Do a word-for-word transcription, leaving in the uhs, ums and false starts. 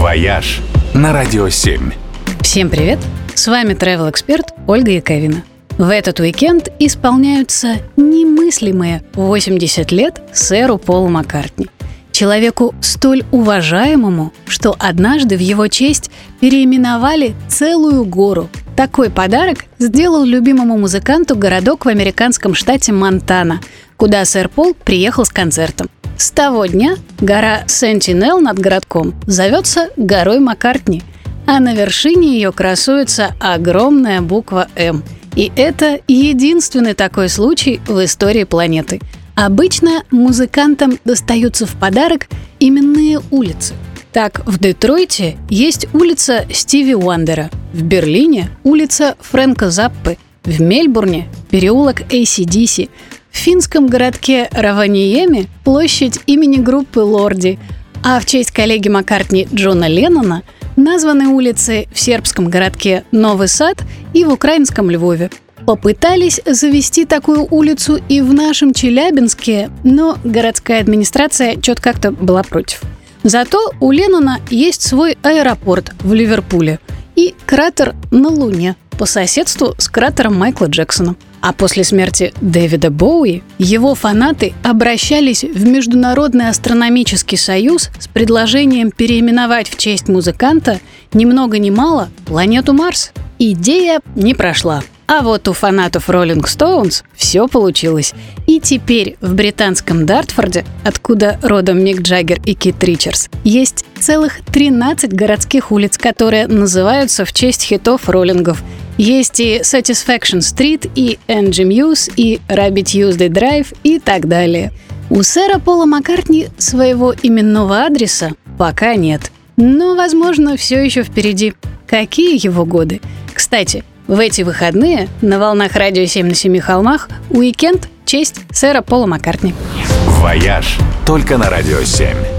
«Вояж» на Радио семь. Всем привет! С вами travel-эксперт Ольга Яковина. В этот уикенд исполняются немыслимые восемьдесят лет сэру Полу Маккартни. Человеку столь уважаемому, что однажды в его честь переименовали целую гору. Такой подарок сделал любимому музыканту городок в американском штате Монтана, куда сэр Пол приехал с концертом. С того дня гора Сентинел над городком зовется горой Маккартни, а на вершине ее красуется огромная буква «М». И это единственный такой случай в истории планеты. Обычно музыкантам достаются в подарок именные улицы. Так, в Детройте есть улица Стиви Уандера, в Берлине – улица Фрэнка Заппы, в Мельбурне – переулок эй си ди си, в финском городке Раваньеми – площадь имени группы Лорди, а в честь коллеги Маккартни Джона Леннона названы улицы в сербском городке Новый Сад и в украинском Львове. Попытались завести такую улицу и в нашем Челябинске, но городская администрация что-то как-то была против. Зато у Леннона есть свой аэропорт в Ливерпуле и кратер на Луне по соседству с кратером Майкла Джексона. А после смерти Дэвида Боуи его фанаты обращались в Международный астрономический союз с предложением переименовать в честь музыканта ни много ни мало планету Марс. Идея не прошла. А вот у фанатов Rolling Stones все получилось. И теперь в британском Дартфорде, откуда родом Мик Джаггер и Кит Ричардс, есть целых тринадцать городских улиц, которые называются в честь хитов роллингов. Есть и Satisfaction Street, и Энджи Мьюз, и Rabbit Tuesday Drive и так далее. У сэра Пола Маккартни своего именного адреса пока нет. Но, возможно, все еще впереди. Какие его годы? Кстати, в эти выходные на волнах Радио семь на семи холмах уикенд в честь сэра Пола Маккартни. «Вояж» только на Радио семь.